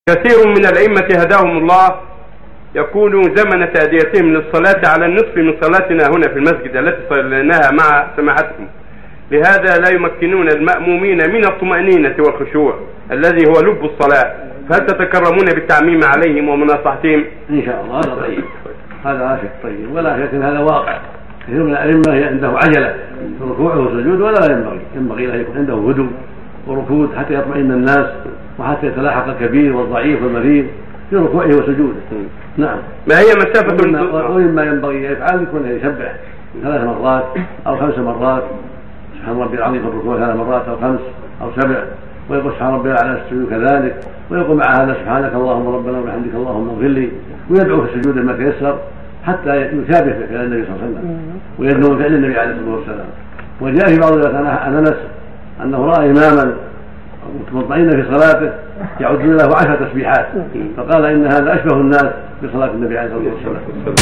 كثير من الأئمة هداهم الله يكون زمن تأديتهم للصلاة على النصف من صلاتنا هنا في المسجد التي صليناها مع سماحتكم، لهذا لا يمكنون المأمومين من الطمأنينة والخشوع الذي هو لب الصلاة، فهل تتكرمون بالتعميم عليهم ومناصحتهم؟ إن شاء الله. هذا طيب، هذا لا شك طيب، ولا شك أن هذا واقع. كثير من الأئمة عنده عجلة في ركوعه وسجوده، ولا ينبغي له يكون عنده هدوء وركود حتى يطمئن الناس وحتى يتلاحق الكبير والضعيف والمريض في ركوعه وسجوده. نعم. ما هي مسافة ومما ينبغي يفعل يكون يسبح 3 مرات أو 5 مرات، سبحان ربي العظيم في الركوع 3 مرات أو 5 أو 7، ويقول سبحان ربي على السجود كذلك، ويقول مع هذا سبحانك اللهم ربنا وبحمدك اللهم اغفر لي، ويدعو في السجود ما تيسر حتى يشابه فعل النبي صلى الله عليه وسلم ويدنو فعل النبي عليه الصلاة والسلام. وجاء في بعض الروايات عن أنس أنه رأى إماما مطمئنا في صلاته يعد له 10 تسبيحات، فقال إن هذا أشبه الناس بصلاة النبي عليه الصلاة والسلام.